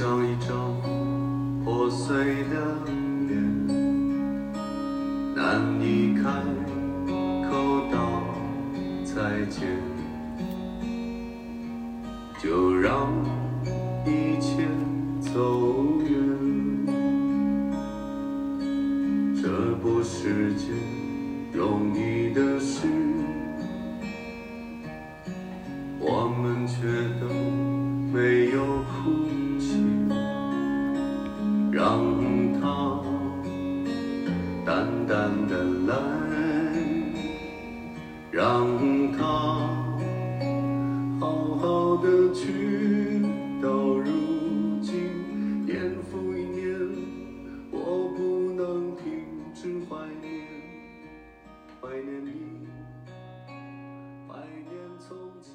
像一张破碎的脸，难以开口道再见，就让一切走远。这不是件容易的事，我们却都没有哭泣，让它淡淡的来，让它好好的去，到如今年复一年，我不能停止怀念，怀念你，怀念从前。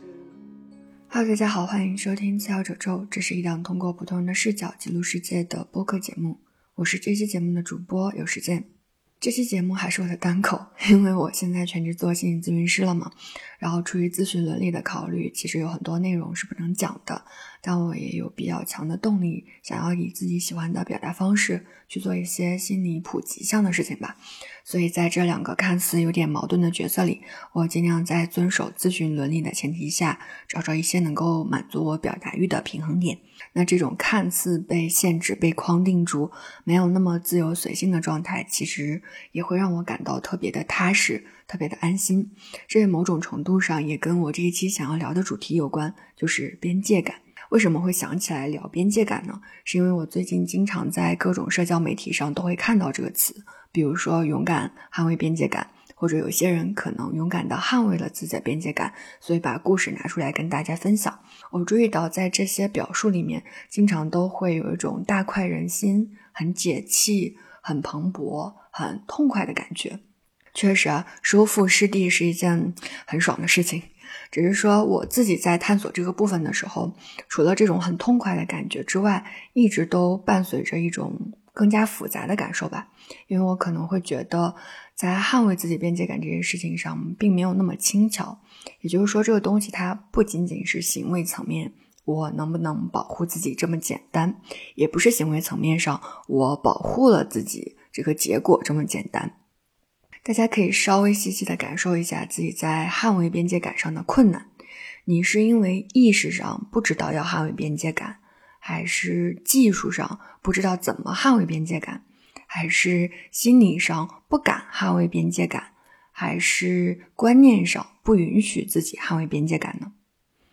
Hello， 大家好，欢迎收听次要褶皱，这是一档通过不同人的视角记录世界的播客节目。我是这期节目的主播有时间。这期节目还是我的单口，因为我现在全职做心理咨询师了嘛，然后出于咨询伦理的考虑，其实有很多内容是不能讲的，但我也有比较强的动力，想要以自己喜欢的表达方式去做一些心理普及项的事情吧。所以在这两个看似有点矛盾的角色里，我尽量在遵守咨询伦理的前提下，找一些能够满足我表达欲的平衡点。那这种看似被限制、被框定住，没有那么自由随性的状态，其实也会让我感到特别的踏实，特别的安心。这某种程度上也跟我这一期想要聊的主题有关，就是边界感。为什么会想起来聊边界感呢？是因为我最近经常在各种社交媒体上都会看到这个词，比如说勇敢捍卫边界感，或者有些人可能勇敢地捍卫了自己的边界感，所以把故事拿出来跟大家分享。我注意到在这些表述里面，经常都会有一种大快人心、很解气、很蓬勃、很痛快的感觉。确实啊，收复失地是一件很爽的事情。只是说我自己在探索这个部分的时候，除了这种很痛快的感觉之外，一直都伴随着一种更加复杂的感受吧。因为我可能会觉得在捍卫自己边界感这件事情上并没有那么轻巧，也就是说这个东西它不仅仅是行为层面我能不能保护自己这么简单，也不是行为层面上我保护了自己这个结果这么简单。大家可以稍微细细的感受一下自己在捍卫边界感上的困难，你是因为意识上不知道要捍卫边界感，还是技术上不知道怎么捍卫边界感，还是心理上不敢捍卫边界感，还是观念上不允许自己捍卫边界感呢？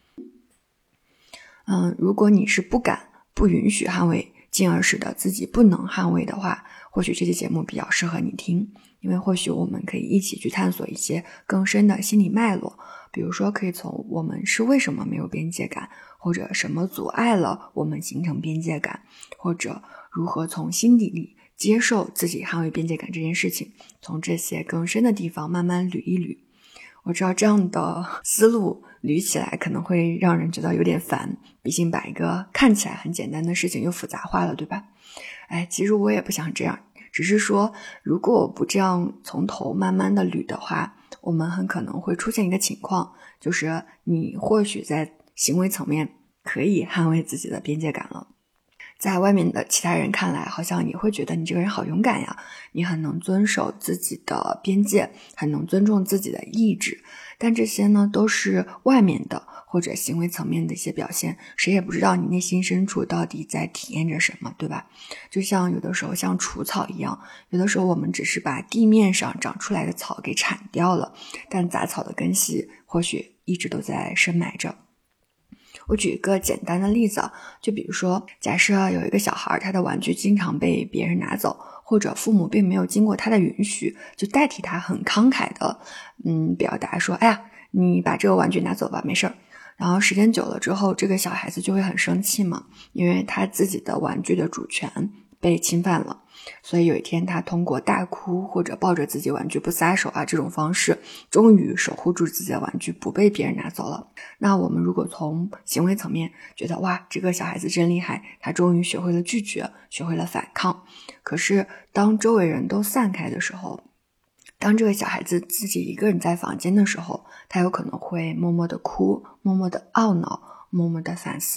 如果你是不敢、不允许捍卫，进而使得自己不能捍卫的话，或许这期节目比较适合你听，因为或许我们可以一起去探索一些更深的心理脉络，比如说可以从我们是为什么没有边界感，或者什么阻碍了我们形成边界感，或者如何从心底里接受自己捍卫边界感这件事情，从这些更深的地方慢慢捋一捋。我知道这样的思路捋起来可能会让人觉得有点烦，毕竟把一个看起来很简单的事情又复杂化了，对吧？其实我也不想这样，只是说如果我不这样从头慢慢的捋的话，我们很可能会出现一个情况，就是你或许在行为层面可以捍卫自己的边界感了，在外面的其他人看来，好像你会觉得你这个人好勇敢呀，你很能遵守自己的边界，很能尊重自己的意志，但这些呢都是外面的或者行为层面的一些表现，谁也不知道你内心深处到底在体验着什么，对吧？就像有的时候像除草一样，有的时候我们只是把地面上长出来的草给铲掉了，但杂草的根系或许一直都在深埋着。我举一个简单的例子，就比如说假设有一个小孩，他的玩具经常被别人拿走，或者父母并没有经过他的允许就代替他很慷慨的表达说，哎呀你把这个玩具拿走吧，没事儿。然后时间久了之后，这个小孩子就会很生气嘛，因为他自己的玩具的主权被侵犯了，所以有一天他通过大哭或者抱着自己玩具不撒手这种方式，终于守护住自己的玩具不被别人拿走了。那我们如果从行为层面觉得哇，这个小孩子真厉害，他终于学会了拒绝，学会了反抗，可是当周围人都散开的时候，当这个小孩子自己一个人在房间的时候，他有可能会默默的哭，默默的懊恼，默默的反思，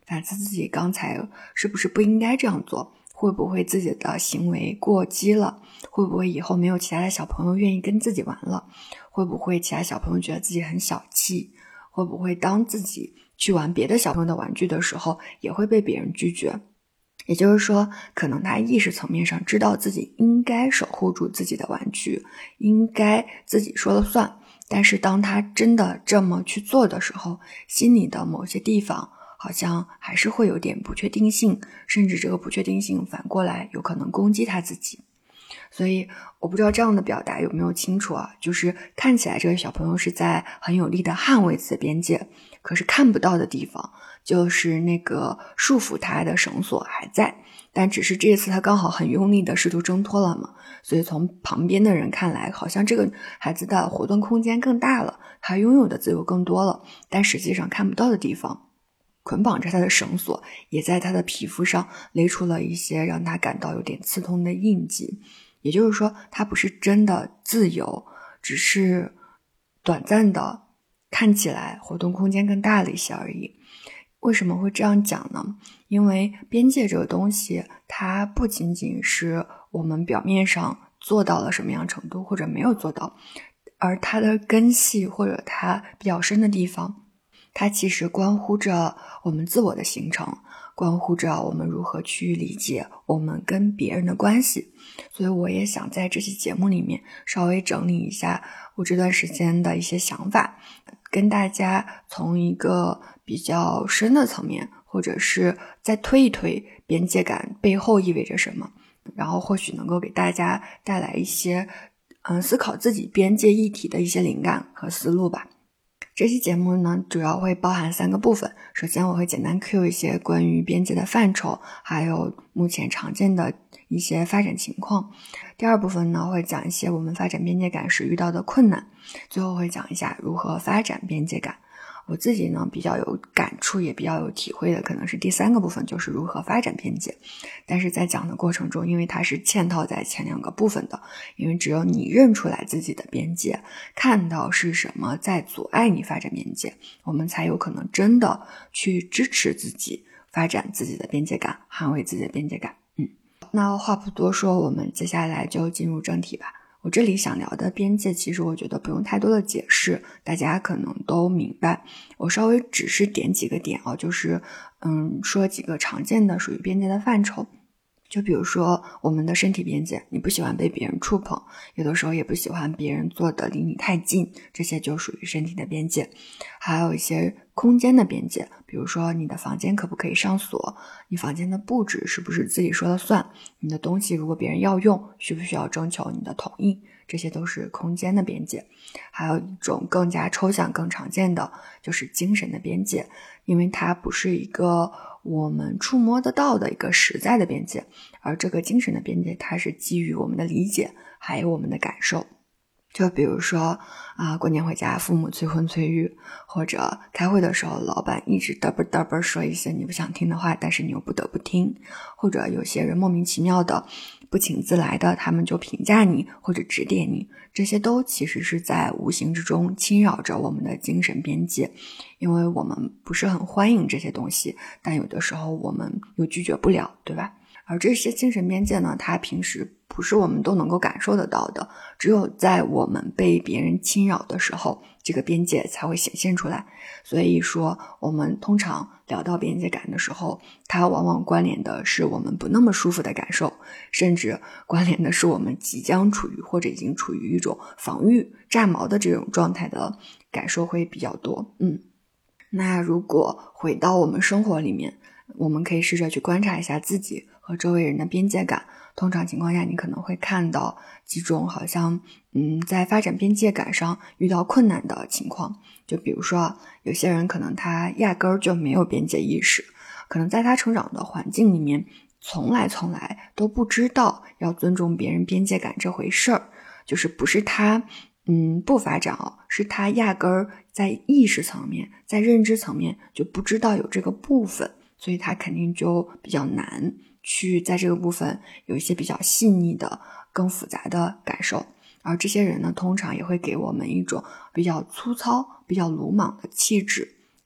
反思自己刚才是不是不应该这样做，会不会自己的行为过激了，会不会以后没有其他的小朋友愿意跟自己玩了，会不会其他小朋友觉得自己很小气，会不会当自己去玩别的小朋友的玩具的时候也会被别人拒绝。也就是说，可能他意识层面上知道自己应该守护住自己的玩具，应该自己说了算，但是当他真的这么去做的时候，心里的某些地方好像还是会有点不确定性，甚至这个不确定性反过来有可能攻击他自己。所以我不知道这样的表达有没有清楚啊，就是看起来这个小朋友是在很有力的捍卫自己的边界，可是看不到的地方就是那个束缚他的绳索还在，但只是这一次他刚好很用力的试图挣脱了嘛，所以从旁边的人看来好像这个孩子的活动空间更大了，他拥有的自由更多了，但实际上看不到的地方捆绑着他的绳索也在他的皮肤上勒出了一些让他感到有点刺痛的印记。也就是说，他不是真的自由，只是短暂的看起来活动空间更大了一些而已。为什么会这样讲呢？因为边界这个东西，它不仅仅是我们表面上做到了什么样程度或者没有做到，而它的根系或者它比较深的地方，它其实关乎着我们自我的形成，关乎着我们如何去理解我们跟别人的关系。所以我也想在这期节目里面稍微整理一下我这段时间的一些想法，跟大家从一个比较深的层面，或者是再推一推边界感背后意味着什么，然后或许能够给大家带来一些思考自己边界议题的一些灵感和思路吧。这期节目呢，主要会包含3个部分。首先我会简单 Q 一些关于边界的范畴，还有目前常见的一些发展情况。第二部分呢，会讲一些我们发展边界感时遇到的困难。最后会讲一下如何发展边界感。我自己呢比较有感触也比较有体会的可能是第3个部分，就是如何发展边界。但是在讲的过程中，因为它是嵌套在前2个部分的，因为只有你认出来自己的边界，看到是什么在阻碍你发展边界，我们才有可能真的去支持自己发展自己的边界感，捍卫自己的边界感。那话不多说，我们接下来就进入正题吧。我这里想聊的边界，其实我觉得不用太多的解释，大家可能都明白。我稍微只是点几个点啊，就是说几个常见的属于边界的范畴。就比如说我们的身体边界，你不喜欢被别人触碰，有的时候也不喜欢别人坐得离你太近，这些就属于身体的边界。还有一些空间的边界，比如说你的房间可不可以上锁，你房间的布置是不是自己说了算，你的东西如果别人要用，需不需要征求你的同意，这些都是空间的边界。还有一种更加抽象更常见的就是精神的边界，因为它不是一个我们触摸得到的一个实在的边界，而这个精神的边界它是基于我们的理解还有我们的感受。就比如说过年回家父母催婚催育，或者开会的时候老板一直嘚啵嘚啵说一些你不想听的话，但是你又不得不听，或者有些人莫名其妙的不请自来的，他们就评价你或者指点你，这些都其实是在无形之中侵扰着我们的精神边界，因为我们不是很欢迎这些东西，但有的时候我们又拒绝不了，对吧？而这些精神边界呢，它平时不是我们都能够感受得到的，只有在我们被别人侵扰的时候，这个边界才会显现出来。所以说我们通常聊到边界感的时候，它往往关联的是我们不那么舒服的感受，甚至关联的是我们即将处于或者已经处于一种防御炸毛的这种状态的感受会比较多。那如果回到我们生活里面，我们可以试着去观察一下自己和周围人的边界感。通常情况下你可能会看到几种好像在发展边界感上遇到困难的情况。就比如说有些人可能他压根儿就没有边界意识，可能在他成长的环境里面从来都不知道要尊重别人边界感这回事儿，就是不是他不发展是他压根儿在意识层面在认知层面就不知道有这个部分，所以他肯定就比较难去在这个部分有一些比较细腻的更复杂的感受。而这些人呢，通常也会给我们一种比较粗糙比较鲁莽的气质，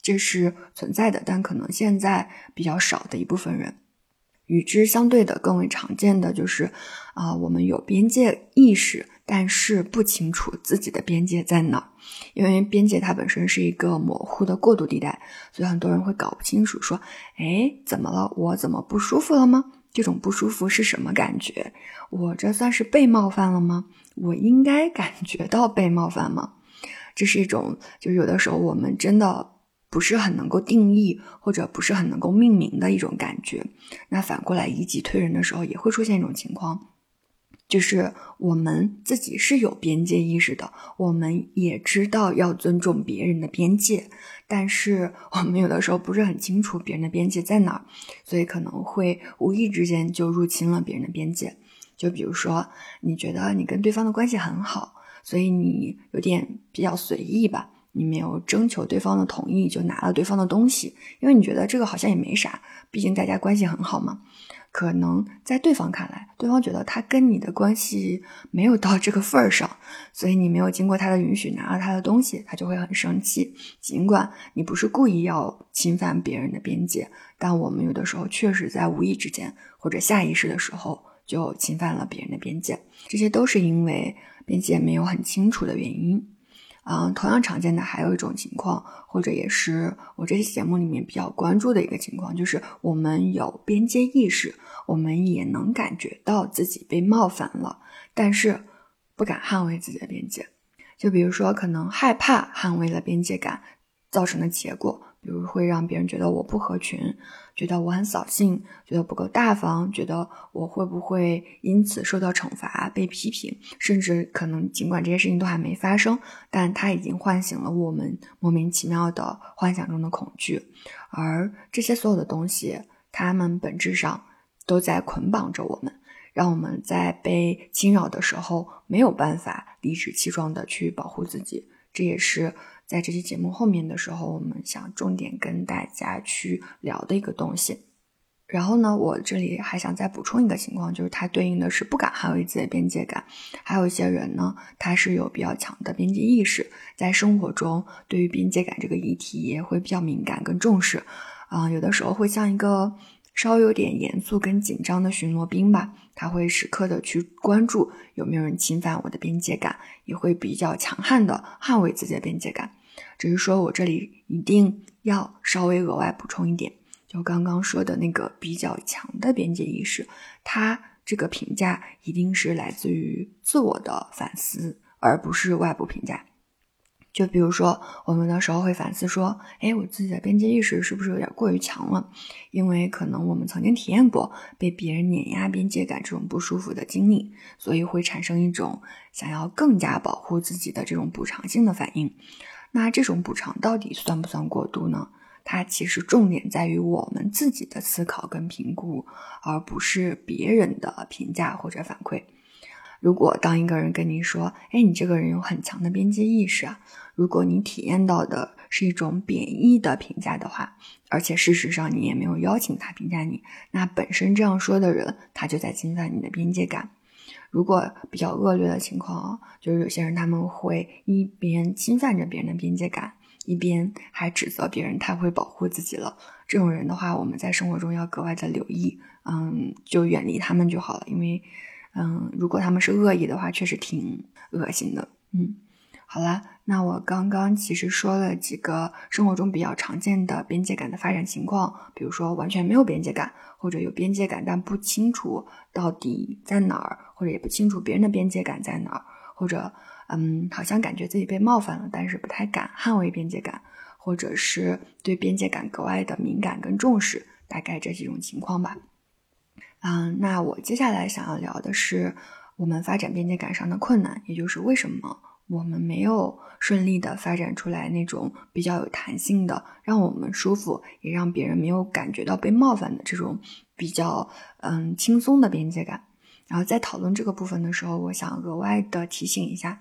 这是存在的，但可能现在比较少的一部分人。与之相对的更为常见的就是我们有边界意识，但是不清楚自己的边界在哪。因为边界它本身是一个模糊的过渡地带，所以很多人会搞不清楚说，怎么了？我怎么不舒服了吗？这种不舒服是什么感觉？我这算是被冒犯了吗？我应该感觉到被冒犯吗？这是一种就有的时候我们真的不是很能够定义，或者不是很能够命名的一种感觉。那反过来以己推人的时候也会出现一种情况，就是我们自己是有边界意识的，我们也知道要尊重别人的边界，但是我们有的时候不是很清楚别人的边界在哪儿，所以可能会无意之间就入侵了别人的边界。就比如说你觉得你跟对方的关系很好，所以你有点比较随意吧，你没有征求对方的同意就拿了对方的东西，因为你觉得这个好像也没啥，毕竟大家关系很好嘛。可能在对方看来，对方觉得他跟你的关系没有到这个份儿上，所以你没有经过他的允许拿了他的东西，他就会很生气。尽管你不是故意要侵犯别人的边界，但我们有的时候确实在无意之间或者下意识的时候就侵犯了别人的边界，这些都是因为边界没有很清楚的原因。同样常见的还有一种情况，或者也是我这期节目里面比较关注的一个情况，就是我们有边界意识，我们也能感觉到自己被冒犯了，但是不敢捍卫自己的边界。就比如说可能害怕捍卫了边界感造成的结果，比如会让别人觉得我不合群，觉得我很扫兴，觉得不够大方，觉得我会不会因此受到惩罚被批评，甚至可能尽管这些事情都还没发生，但它已经唤醒了我们莫名其妙的幻想中的恐惧。而这些所有的东西它们本质上都在捆绑着我们，让我们在被侵扰的时候没有办法理直气壮的去保护自己。这也是在这期节目后面的时候我们想重点跟大家去聊的一个东西。然后呢，我这里还想再补充一个情况，就是它对应的是不敢捍卫自己的边界感。还有一些人呢，他是有比较强的边界意识，在生活中对于边界感这个议题也会比较敏感跟重视。有的时候会像一个稍微有点严肃跟紧张的巡逻兵吧，他会时刻的去关注有没有人侵犯我的边界感，也会比较强悍的捍卫自己的边界感。只是说我这里一定要稍微额外补充一点，就刚刚说的那个比较强的边界意识，它这个评价一定是来自于自我的反思，而不是外部评价。就比如说我们的时候会反思说，我自己的边界意识是不是有点过于强了，因为可能我们曾经体验过被别人碾压边界感这种不舒服的经历，所以会产生一种想要更加保护自己的这种补偿性的反应。那这种补偿到底算不算过度呢？它其实重点在于我们自己的思考跟评估，而不是别人的评价或者反馈。如果当一个人跟你说，你这个人有很强的边界意识啊，如果你体验到的是一种贬义的评价的话，而且事实上你也没有邀请他评价你，那本身这样说的人他就在侵犯你的边界感。如果比较恶劣的情况，就是有些人他们会一边侵犯着别人的边界感，一边还指责别人太会保护自己了。这种人的话，我们在生活中要格外的留意，就远离他们就好了。因为如果他们是恶意的话，确实挺恶心的。好啦，那我刚刚其实说了几个生活中比较常见的边界感的发展情况，比如说完全没有边界感，或者有边界感但不清楚到底在哪儿，或者也不清楚别人的边界感在哪儿，或者好像感觉自己被冒犯了，但是不太敢捍卫边界感，或者是对边界感格外的敏感跟重视，大概这几种情况吧。那我接下来想要聊的是我们发展边界感上的困难，也就是为什么我们没有顺利的发展出来那种比较有弹性的，让我们舒服也让别人没有感觉到被冒犯的这种比较轻松的边界感。然后在讨论这个部分的时候，我想额外的提醒一下，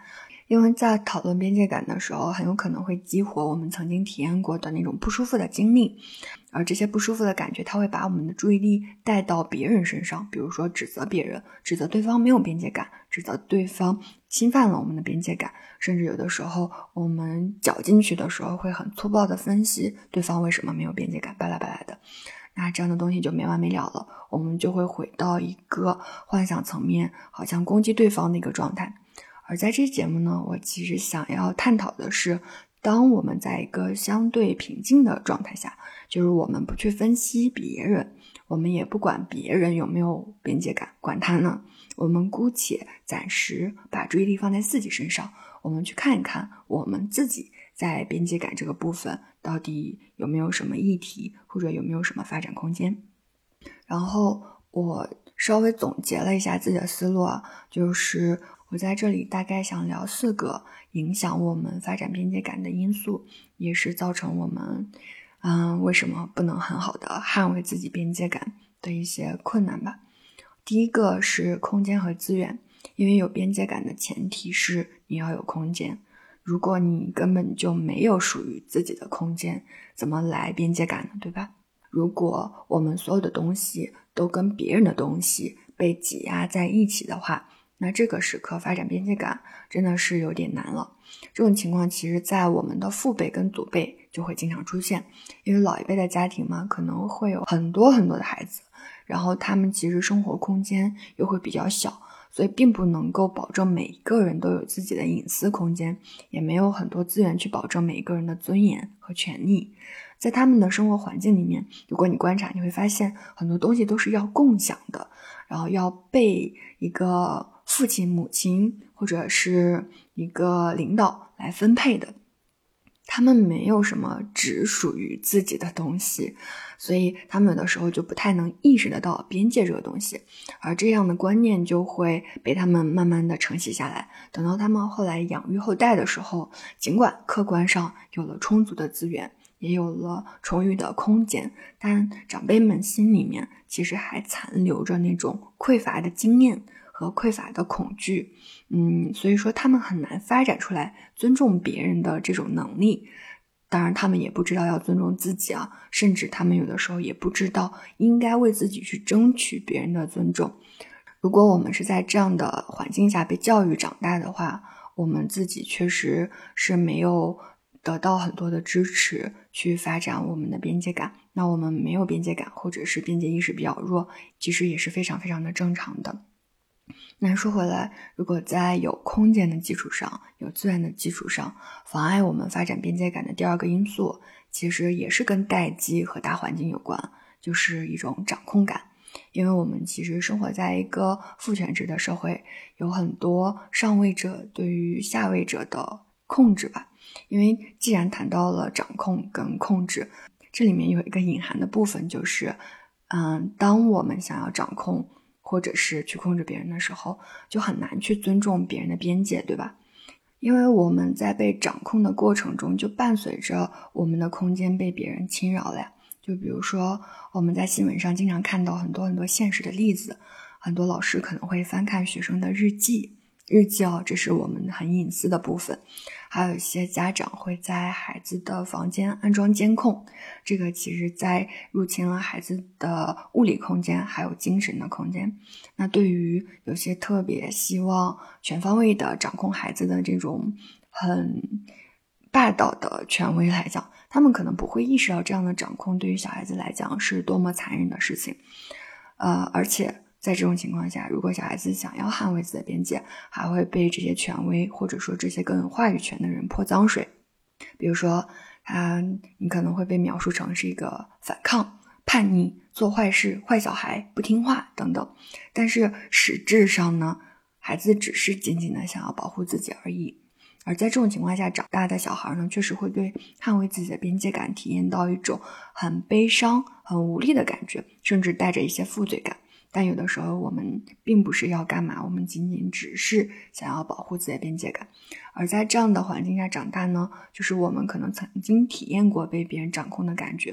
因为在讨论边界感的时候，很有可能会激活我们曾经体验过的那种不舒服的经历，而这些不舒服的感觉，它会把我们的注意力带到别人身上，比如说指责别人，指责对方没有边界感，指责对方侵犯了我们的边界感，甚至有的时候我们搅进去的时候会很粗暴的分析对方为什么没有边界感，巴拉巴拉的。那这样的东西就没完没了了，我们就会回到一个幻想层面，好像攻击对方的一个状态。而在这期节目呢，我其实想要探讨的是，当我们在一个相对平静的状态下，就是我们不去分析别人，我们也不管别人有没有边界感，管他呢，我们姑且暂时把注意力放在自己身上，我们去看一看我们自己在边界感这个部分到底有没有什么议题，或者有没有什么发展空间。然后我稍微总结了一下自己的思路啊，就是我在这里大概想聊4个影响我们发展边界感的因素，也是造成我们为什么不能很好的捍卫自己边界感的一些困难吧。第一个是空间和资源，因为有边界感的前提是你要有空间，如果你根本就没有属于自己的空间，怎么来边界感呢，对吧？如果我们所有的东西都跟别人的东西被挤压在一起的话，那这个时刻发展边界感真的是有点难了。这种情况其实在我们的父辈跟祖辈就会经常出现，因为老一辈的家庭嘛，可能会有很多很多的孩子，然后他们其实生活空间又会比较小，所以并不能够保证每一个人都有自己的隐私空间，也没有很多资源去保证每一个人的尊严和权利。在他们的生活环境里面，如果你观察，你会发现很多东西都是要共享的，然后要被一个父亲、母亲或者是一个领导来分配的。他们没有什么只属于自己的东西，所以他们有的时候就不太能意识得到边界这个东西，而这样的观念就会被他们慢慢的承袭下来。等到他们后来养育后代的时候，尽管客观上有了充足的资源，也有了充裕的空间，但长辈们心里面其实还残留着那种匮乏的经验和匮乏的恐惧。所以说他们很难发展出来尊重别人的这种能力。当然他们也不知道要尊重自己啊，甚至他们有的时候也不知道应该为自己去争取别人的尊重。如果我们是在这样的环境下被教育长大的话，我们自己确实是没有得到很多的支持去发展我们的边界感。那我们没有边界感，或者是边界意识比较弱，其实也是非常非常的正常的。那说回来，如果在有空间的基础上，有资源的基础上，妨碍我们发展边界感的第2个因素，其实也是跟代际和大环境有关，就是一种掌控感。因为我们其实生活在一个父权制的社会，有很多上位者对于下位者的控制吧。因为既然谈到了掌控跟控制，这里面有一个隐含的部分，就是当我们想要掌控或者是去控制别人的时候，就很难去尊重别人的边界，对吧？因为我们在被掌控的过程中，就伴随着我们的空间被别人侵扰了呀。就比如说我们在新闻上经常看到很多很多现实的例子，很多老师可能会翻看学生的日记这是我们很隐私的部分。还有一些家长会在孩子的房间安装监控，这个其实在入侵了孩子的物理空间还有精神的空间。那对于有些特别希望全方位的掌控孩子的这种很霸道的权威来讲，他们可能不会意识到这样的掌控对于小孩子来讲是多么残忍的事情。而且在这种情况下，如果小孩子想要捍卫自己的边界，还会被这些权威或者说这些更有话语权的人泼脏水。比如说你可能会被描述成是一个反抗、叛逆、做坏事、坏小孩、不听话等等，但是实质上呢，孩子只是仅仅的想要保护自己而已。而在这种情况下长大的小孩呢，确实会对捍卫自己的边界感体验到一种很悲伤、很无力的感觉，甚至带着一些负罪感。但有的时候我们并不是要干嘛，我们仅仅只是想要保护自己的边界感。而在这样的环境下长大呢，就是我们可能曾经体验过被别人掌控的感觉，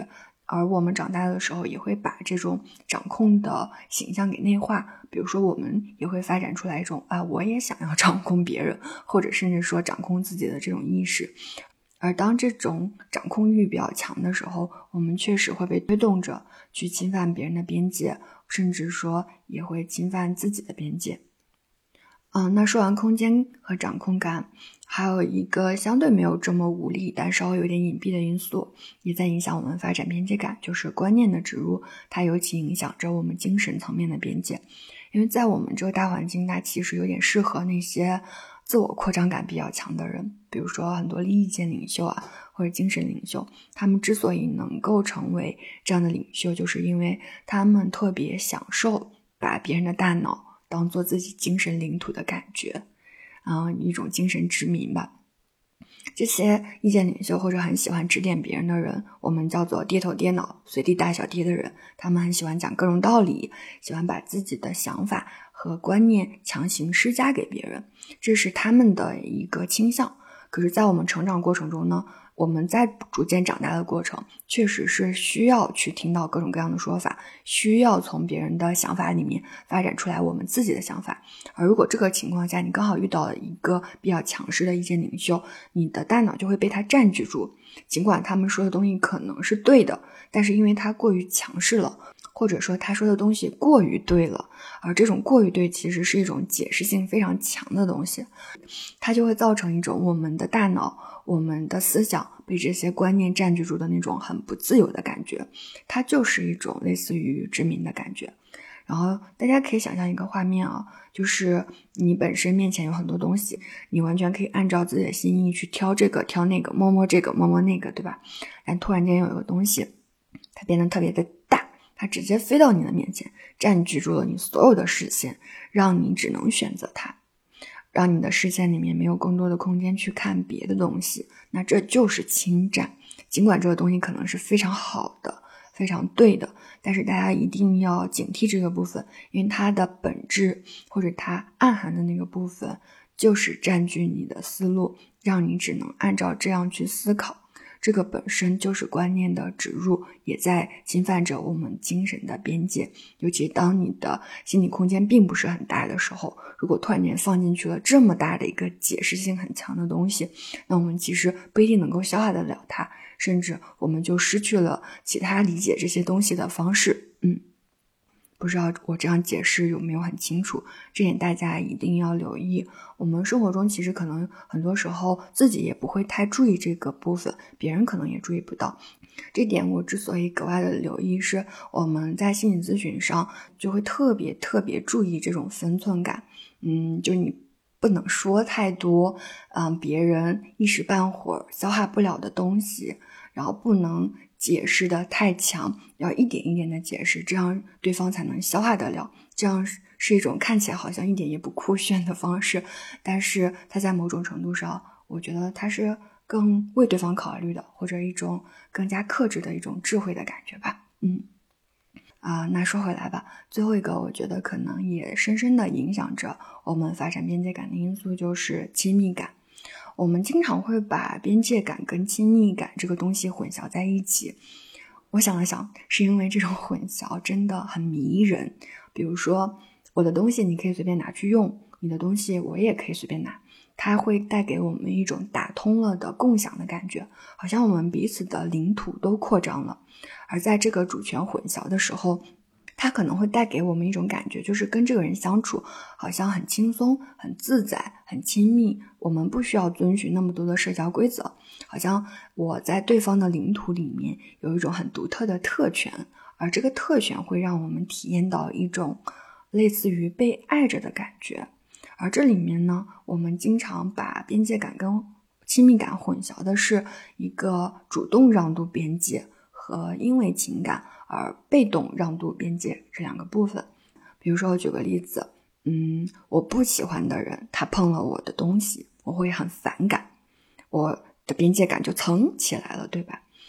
而我们长大的时候也会把这种掌控的形象给内化，比如说我们也会发展出来一种我也想要掌控别人，或者甚至说掌控自己的这种意识。而当这种掌控欲比较强的时候，我们确实会被推动着去侵犯别人的边界，甚至说也会侵犯自己的边界。那说完空间和掌控感，还有一个相对没有这么无力但稍微有点隐蔽的因素也在影响我们发展边界感，就是观念的植入，它尤其影响着我们精神层面的边界。因为在我们这个大环境，它其实有点适合那些自我扩张感比较强的人，比如说很多意见领袖或者精神领袖，他们之所以能够成为这样的领袖，就是因为他们特别享受把别人的大脑当做自己精神领土的感觉，一种精神殖民吧。这些意见领袖或者很喜欢指点别人的人，我们叫做跌头跌脑、随地大小跌的人，他们很喜欢讲各种道理，喜欢把自己的想法和观念强行施加给别人，这是他们的一个倾向。可是在我们成长过程中呢，我们在逐渐长大的过程，确实是需要去听到各种各样的说法，需要从别人的想法里面发展出来我们自己的想法。而如果这个情况下你刚好遇到了一个比较强势的意见领袖，你的大脑就会被他占据住，尽管他们说的东西可能是对的，但是因为他过于强势了，或者说他说的东西过于对了，而这种过于对其实是一种解释性非常强的东西，它就会造成一种我们的大脑、我们的思想被这些观念占据住的那种很不自由的感觉，它就是一种类似于殖民的感觉。然后大家可以想象一个画面就是你本身面前有很多东西，你完全可以按照自己的心意去挑这个挑那个，摸摸这个摸摸那个，对吧？但突然间有一个东西它变得特别的大，它直接飞到你的面前，占据住了你所有的视线，让你只能选择它，让你的视线里面没有更多的空间去看别的东西，那这就是侵占。尽管这个东西可能是非常好的、非常对的，但是大家一定要警惕这个部分，因为它的本质或者它暗含的那个部分就是占据你的思路，让你只能按照这样去思考。这个本身就是观念的植入，也在侵犯着我们精神的边界。尤其当你的心理空间并不是很大的时候，如果突然间放进去了这么大的一个解释性很强的东西，那我们其实不一定能够消化得了它，甚至我们就失去了其他理解这些东西的方式。不知道我这样解释有没有很清楚，这点大家一定要留意。我们生活中其实可能很多时候自己也不会太注意这个部分，别人可能也注意不到。这点我之所以格外的留意，是我们在心理咨询上就会特别注意这种分寸感。就你不能说太多别人一时半会儿消化不了的东西，然后不能解释的太强，要一点一点的解释，这样对方才能消化得了。这样是一种看起来好像一点也不酷炫的方式，但是它在某种程度上，我觉得它是更为对方考虑的，或者一种更加克制的一种智慧的感觉吧。那说回来吧，最后一个我觉得可能也深深的影响着我们发展边界感的因素就是亲密感。我们经常会把边界感跟亲密感这个东西混淆在一起。我想了想，是因为这种混淆真的很迷人。比如说，我的东西你可以随便拿去用，你的东西我也可以随便拿，它会带给我们一种打通了的共享的感觉，好像我们彼此的领土都扩张了。而在这个主权混淆的时候，它可能会带给我们一种感觉，就是跟这个人相处好像很轻松、很自在、很亲密，我们不需要遵循那么多的社交规则，好像我在对方的领土里面有一种很独特的特权，而这个特权会让我们体验到一种类似于被爱着的感觉。而这里面呢，我们经常把边界感跟亲密感混淆的是一个主动让渡边界和因为情感而被动让渡边界这两个部分。比如说我举个例子，我不喜欢的人他碰了我的东西，我会很反感，我的边界感就蹭起来了，对吧？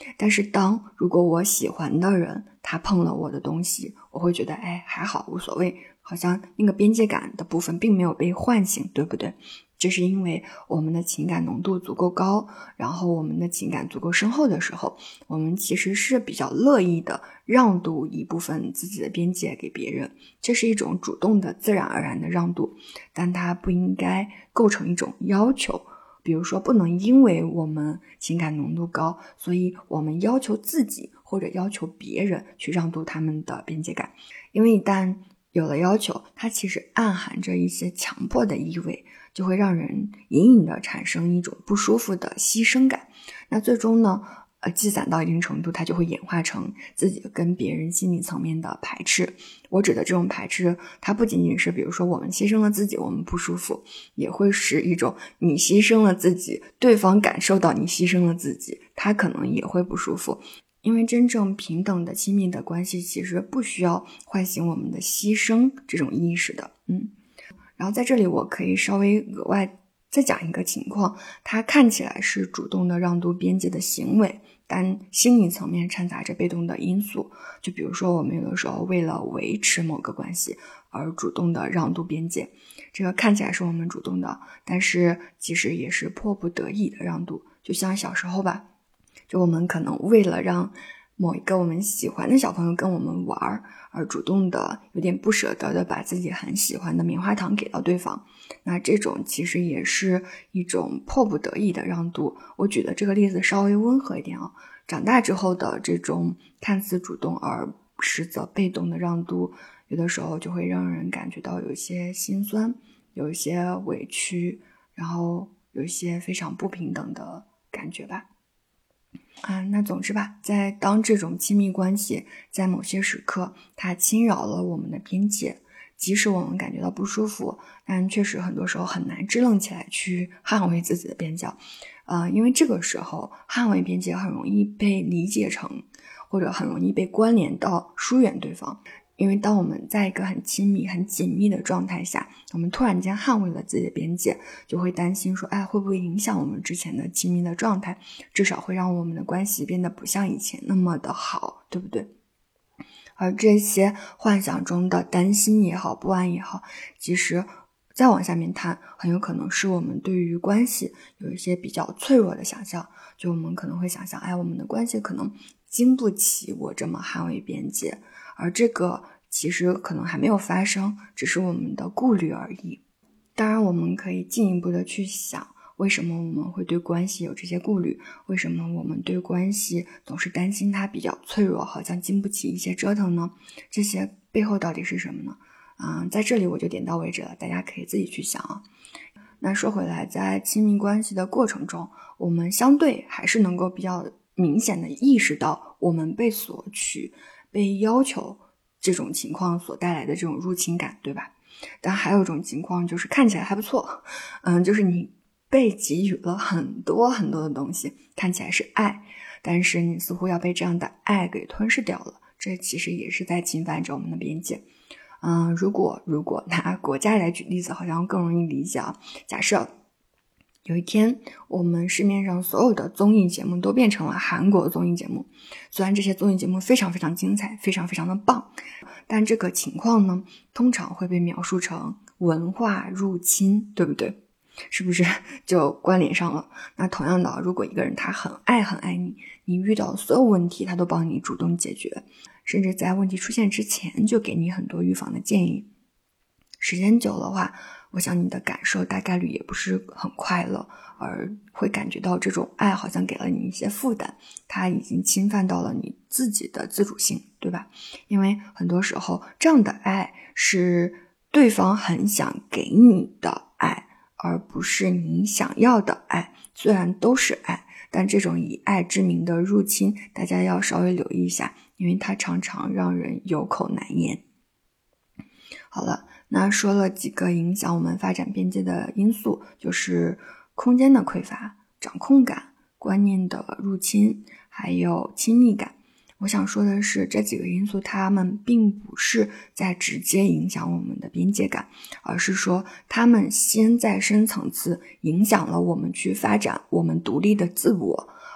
但是如果我喜欢的人他碰了我的东西，我会觉得还好，无所谓，好像那个边界感的部分并没有被唤醒，对不对？这是因为我们的情感浓度足够高，然后我们的情感足够深厚的时候，我们其实是比较乐意的让渡一部分自己的边界给别人，这是一种主动的自然而然的让渡，但它不应该构成一种要求。比如说不能因为我们情感浓度高，所以我们要求自己或者要求别人去让渡他们的边界感，因为一旦有了要求，它其实暗含着一些强迫的意味，就会让人隐隐的产生一种不舒服的牺牲感。那最终呢，积攒到一定程度，它就会演化成自己跟别人心理层面的排斥。我指的这种排斥，它不仅仅是比如说我们牺牲了自己我们不舒服，也会是一种你牺牲了自己，对方感受到你牺牲了自己，他可能也会不舒服。因为真正平等的亲密的关系其实不需要唤醒我们的牺牲这种意识的。然后在这里我可以稍微额外再讲一个情况，它看起来是主动的让渡边界的行为，但心理层面掺杂着被动的因素。就比如说我们有的时候为了维持某个关系而主动的让渡边界，这个看起来是我们主动的，但是其实也是迫不得已的让渡。就像小时候吧，就我们可能为了让某一个我们喜欢的小朋友跟我们玩，而主动的有点不舍得的把自己很喜欢的棉花糖给到对方，那这种其实也是一种迫不得已的让渡。我举的这个例子稍微温和一点长大之后的这种看似主动而实则被动的让渡，有的时候就会让人感觉到有一些心酸，有一些委屈，然后有一些非常不平等的感觉吧。那总之吧，当这种亲密关系在某些时刻它侵扰了我们的边界，即使我们感觉到不舒服，但确实很多时候很难支棱起来去捍卫自己的边界。因为这个时候捍卫边界很容易被理解成，或者很容易被关联到疏远对方。因为当我们在一个很亲密很紧密的状态下，我们突然间捍卫了自己的边界，就会担心说会不会影响我们之前的亲密的状态，至少会让我们的关系变得不像以前那么的好，对不对？而这些幻想中的担心也好，不安也好，其实再往下面谈，很有可能是我们对于关系有一些比较脆弱的想象。就我们可能会想象我们的关系可能经不起我这么捍卫边界，而这个其实可能还没有发生，只是我们的顾虑而已。当然我们可以进一步的去想，为什么我们会对关系有这些顾虑，为什么我们对关系总是担心它比较脆弱，好像经不起一些折腾呢？这些背后到底是什么呢？在这里我就点到为止了，大家可以自己去想那说回来，在亲密关系的过程中，我们相对还是能够比较明显的意识到我们被索取、被要求这种情况所带来的这种入侵感，对吧？但还有一种情况就是看起来还不错，就是你被给予了很多很多的东西，看起来是爱，但是你似乎要被这样的爱给吞噬掉了，这其实也是在侵犯着我们的边界。如果拿国家来举例子，好像更容易理解假设有一天我们市面上所有的综艺节目都变成了韩国综艺节目，虽然这些综艺节目非常非常精彩，非常非常的棒，但这个情况呢，通常会被描述成文化入侵，对不对？是不是就关联上了？那同样的，如果一个人他很爱你，你遇到所有问题他都帮你主动解决，甚至在问题出现之前就给你很多预防的建议，时间久的话，我想你的感受大概率也不是很快乐，而会感觉到这种爱好像给了你一些负担，它已经侵犯到了你自己的自主性，对吧？因为很多时候这样的爱是对方很想给你的爱，而不是你想要的爱。虽然都是爱，但这种以爱之名的入侵，大家要稍微留意一下，因为它常常让人有口难言。好了，那说了几个影响我们发展边界的因素，就是空间的匮乏、掌控感、观念的入侵，还有亲密感。我想说的是，这几个因素它们并不是在直接影响我们的边界感，而是说它们先在深层次影响了我们去发展我们独立的自我，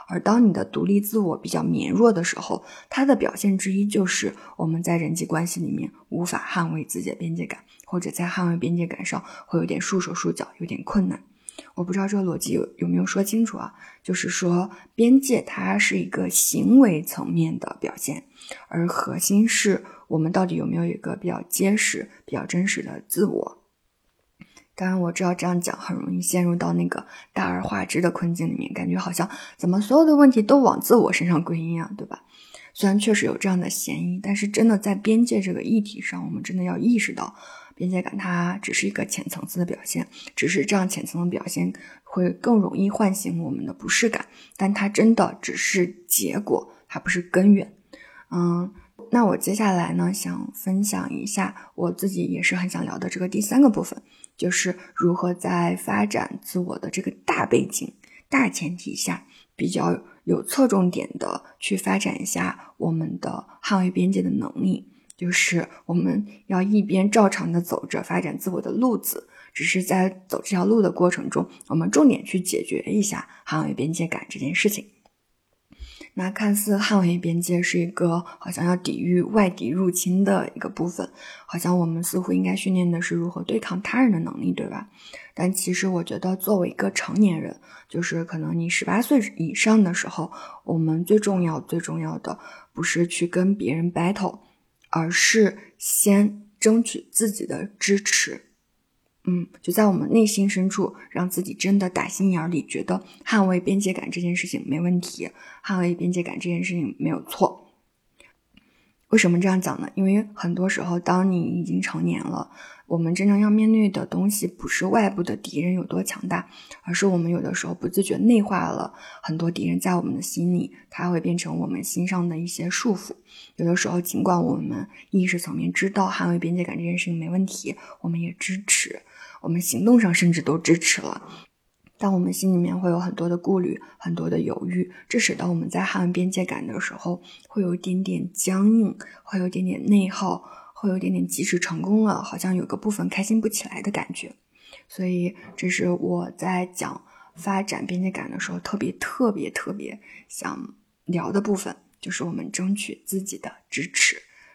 而当你的独立自我比较绵弱的时候，它的表现之一就是我们在人际关系里面无法捍卫自己的边界感，或者在捍卫边界感上会有点束手束脚，有点困难。我不知道这个逻辑有没有说清楚啊？就是说边界它是一个行为层面的表现，而核心是我们到底有没有一个比较结实、比较真实的自我。当然我知道这样讲很容易陷入到那个大而化之的困境里面，感觉好像怎么所有的问题都往自我身上归因啊，对吧？虽然确实有这样的嫌疑，但是真的在边界这个议题上，我们真的要意识到边界感它只是一个浅层次的表现，只是这样浅层的表现会更容易唤醒我们的不适感，但它真的只是结果，它不是根源。那我接下来呢，想分享一下我自己也是很想聊的这个第3个部分，就是如何在发展自我的这个大背景、大前提下，比较有侧重点的去发展一下我们的捍卫边界的能力。就是我们要一边照常的走着发展自我的路子，只是在走这条路的过程中，我们重点去解决一下捍卫边界感这件事情。那看似捍卫边界是一个好像要抵御外敌入侵的一个部分，好像我们似乎应该训练的是如何对抗他人的能力，对吧？但其实我觉得作为一个成年人，就是可能你18岁以上的时候，我们最重要的不是去跟别人 battle， 而是先争取自己的支持。就在我们内心深处，让自己真的打心眼里觉得捍卫边界感这件事情没问题，捍卫边界感这件事情没有错。为什么这样讲呢？因为很多时候当你已经成年了，我们真正要面对的东西不是外部的敌人有多强大，而是我们有的时候不自觉内化了很多敌人在我们的心里，它会变成我们心上的一些束缚。有的时候尽管我们意识层面知道捍卫边界感这件事情没问题，我们也支持，我们行动上甚至都支持了，但我们心里面会有很多的顾虑，很多的犹豫，这使得我们在捍卫边界感的时候会有一点点僵硬，会有一点点内耗，会有一点点即使成功了好像有个部分开心不起来的感觉。所以这是我在讲发展边界感的时候特别想聊的部分，就是我们争取自己的支持。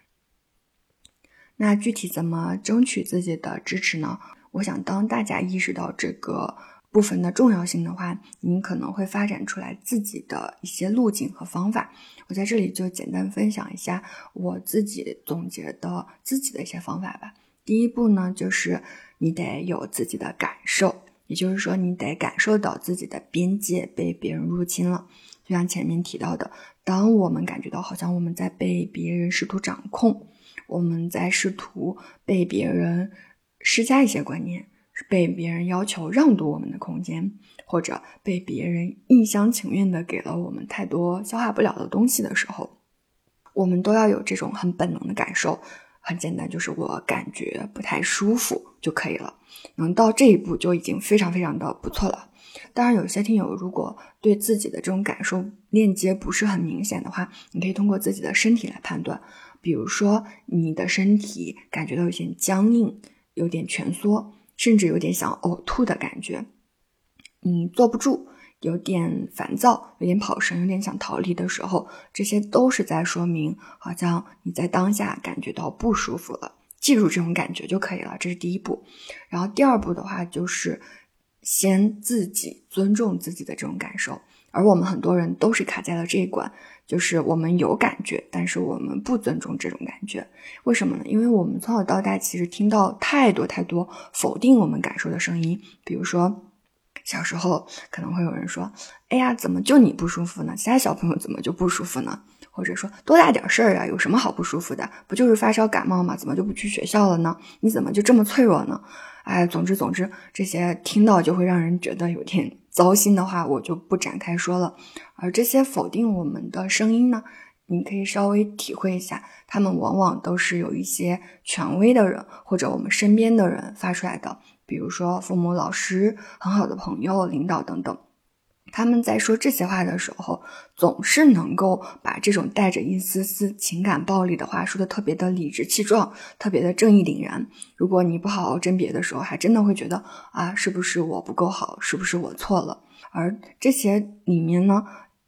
那具体怎么争取自己的支持呢？我想当大家意识到这个部分的重要性的话，你可能会发展出来自己的一些路径和方法。我在这里就简单分享一下我自己总结的自己的一些方法吧。第一步呢，就是你得有自己的感受，也就是说你得感受到自己的边界被别人入侵了。就像前面提到的，当我们感觉到好像我们在被别人试图掌控，我们在试图被别人施加一些观念，被别人要求让渡我们的空间，或者被别人一厢情愿的给了我们太多消化不了的东西的时候，我们都要有这种很本能的感受。很简单，就是我感觉不太舒服就可以了，能到这一步就已经非常的不错了。当然有些听友如果对自己的这种感受链接不是很明显的话，你可以通过自己的身体来判断。比如说你的身体感觉到有点僵硬，有点蜷缩，甚至有点想呕吐的感觉，你坐不住，有点烦躁，有点跑神，有点想逃离的时候，这些都是在说明好像你在当下感觉到不舒服了，记住这种感觉就可以了，这是第一步。然后第二步的话，就是先自己尊重自己的这种感受，而我们很多人都是卡在了这一关，就是我们有感觉，但是我们不尊重这种感觉。为什么呢？因为我们从小到大其实听到太多否定我们感受的声音。比如说小时候可能会有人说，哎呀，怎么就你不舒服呢？其他小朋友怎么就不舒服呢？或者说多大点事儿啊，有什么好不舒服的？不就是发烧感冒吗？怎么就不去学校了呢？你怎么就这么脆弱呢？总之这些听到就会让人觉得有点糟心的话，我就不展开说了。而这些否定我们的声音呢，你可以稍微体会一下，他们往往都是有一些权威的人或者我们身边的人发出来的，比如说父母、老师、很好的朋友、领导等等。他们在说这些话的时候，总是能够把这种带着一丝丝情感暴力的话说得特别的理直气壮，特别的正义凛然。如果你不好好甄别的时候，还真的会觉得是不是我不够好，是不是我错了。而这些里面呢，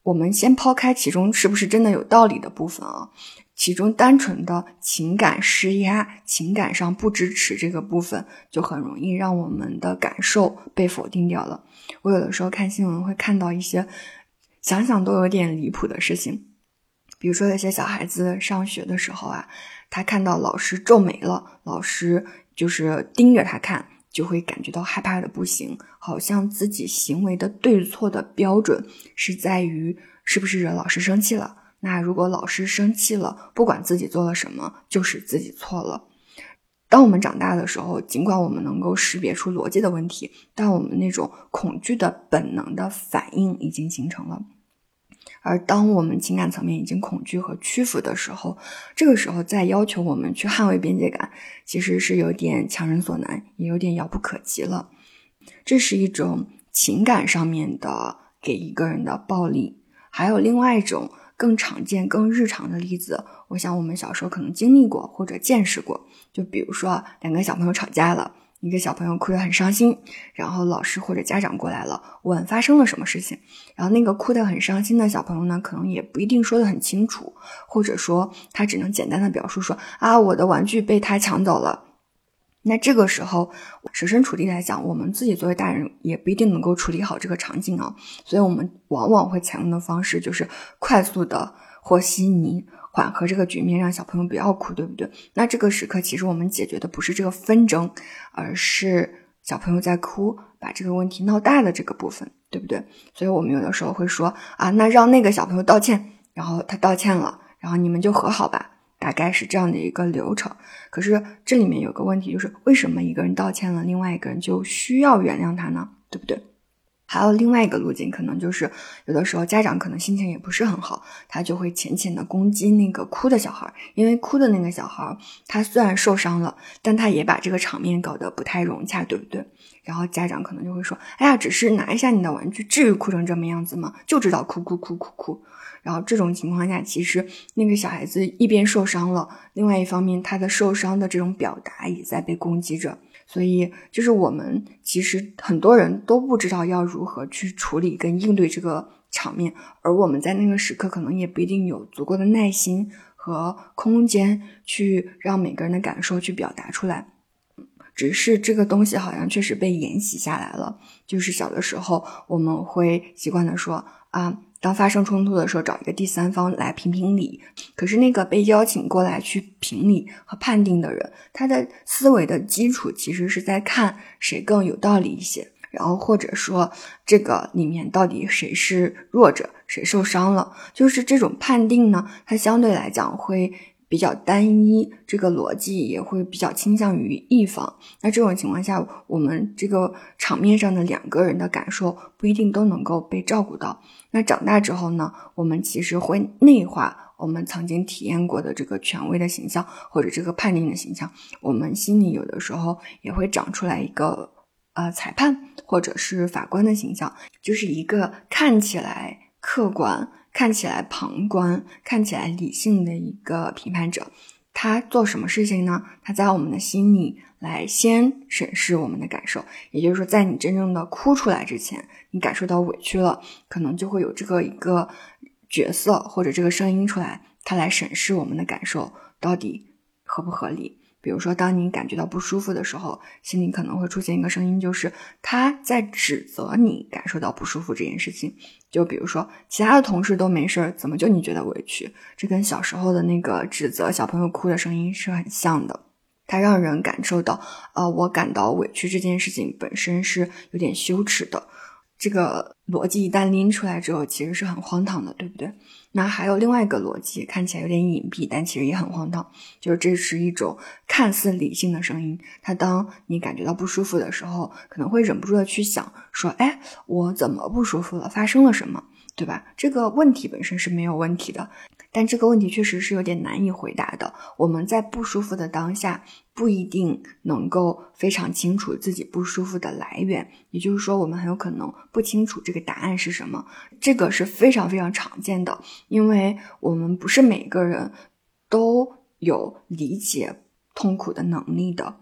我们先抛开其中是不是真的有道理的部分啊，其中单纯的情感施压、情感上不支持这个部分，就很容易让我们的感受被否定掉了。我有的时候看新闻会看到一些想想都有点离谱的事情，比如说有些小孩子上学的时候啊，他看到老师皱眉了，老师就是盯着他看，就会感觉到害怕的不行，好像自己行为的对错的标准是在于是不是惹老师生气了。那如果老师生气了，不管自己做了什么，就是自己错了。当我们长大的时候，尽管我们能够识别出逻辑的问题，但我们那种恐惧的本能的反应已经形成了。而当我们情感层面已经恐惧和屈服的时候，这个时候再要求我们去捍卫边界感，其实是有点强人所难，也有点遥不可及了。这是一种情感上面的给一个人的暴力。还有另外一种更常见更日常的例子，我想我们小时候可能经历过或者见识过，就比如说两个小朋友吵架了，一个小朋友哭得很伤心，然后老师或者家长过来了，问发生了什么事情，然后那个哭得很伤心的小朋友呢，可能也不一定说得很清楚，或者说他只能简单的表述说啊，我的玩具被他抢走了。那这个时候设身处地来讲，我们自己作为大人也不一定能够处理好这个场景啊，所以我们往往会采用的方式就是快速的和稀泥，缓和这个局面，让小朋友不要哭，对不对？那这个时刻其实我们解决的不是这个纷争，而是小朋友在哭，把这个问题闹大的这个部分，对不对？所以我们有的时候会说啊，那让那个小朋友道歉，然后他道歉了，然后你们就和好吧，大概是这样的一个流程。可是这里面有个问题，就是为什么一个人道歉了，另外一个人就需要原谅他呢？对不对？还有另外一个路径，可能就是有的时候家长可能心情也不是很好，他就会浅浅的攻击那个哭的小孩，因为哭的那个小孩他虽然受伤了，但他也把这个场面搞得不太融洽，对不对？然后家长可能就会说，哎呀，只是拿一下你的玩具，至于哭成这么样子吗？就知道哭哭哭哭哭。然后这种情况下，其实那个小孩子一边受伤了，另外一方面他的受伤的这种表达也在被攻击着。所以就是我们其实很多人都不知道要如何去处理跟应对这个场面，而我们在那个时刻可能也不一定有足够的耐心和空间去让每个人的感受去表达出来。只是这个东西好像确实被沿袭下来了，就是小的时候我们会习惯的说啊，当发生冲突的时候找一个第三方来评评理，可是那个被邀请过来去评理和判定的人，他的思维的基础其实是在看谁更有道理一些，然后或者说这个里面到底谁是弱者，谁受伤了，就是这种判定呢，它相对来讲会比较单一，这个逻辑也会比较倾向于一方。那这种情况下，我们这个场面上的两个人的感受不一定都能够被照顾到。那长大之后呢，我们其实会内化我们曾经体验过的这个权威的形象，或者这个判定的形象，我们心里有的时候也会长出来一个裁判或者是法官的形象，就是一个看起来客观、看起来旁观、看起来理性的一个评判者。他做什么事情呢？他在我们的心里来先审视我们的感受，也就是说在你真正的哭出来之前，你感受到委屈了，可能就会有这个一个角色或者这个声音出来，他来审视我们的感受到底合不合理。比如说当你感觉到不舒服的时候，心里可能会出现一个声音，就是他在指责你感受到不舒服这件事情。就比如说其他的同事都没事，怎么就你觉得委屈？这跟小时候的那个指责小朋友哭的声音是很像的，它让人感受到我感到委屈这件事情本身是有点羞耻的。这个逻辑一旦拎出来之后，其实是很荒唐的，对不对？那还有另外一个逻辑，看起来有点隐蔽，但其实也很荒唐，就是这是一种看似理性的声音，它当你感觉到不舒服的时候，可能会忍不住的去想说，哎，我怎么不舒服了？发生了什么？对吧？这个问题本身是没有问题的，但这个问题确实是有点难以回答的。我们在不舒服的当下不一定能够非常清楚自己不舒服的来源，也就是说我们很有可能不清楚这个答案是什么。这个是非常非常常见的，因为我们不是每个人都有理解痛苦的能力的。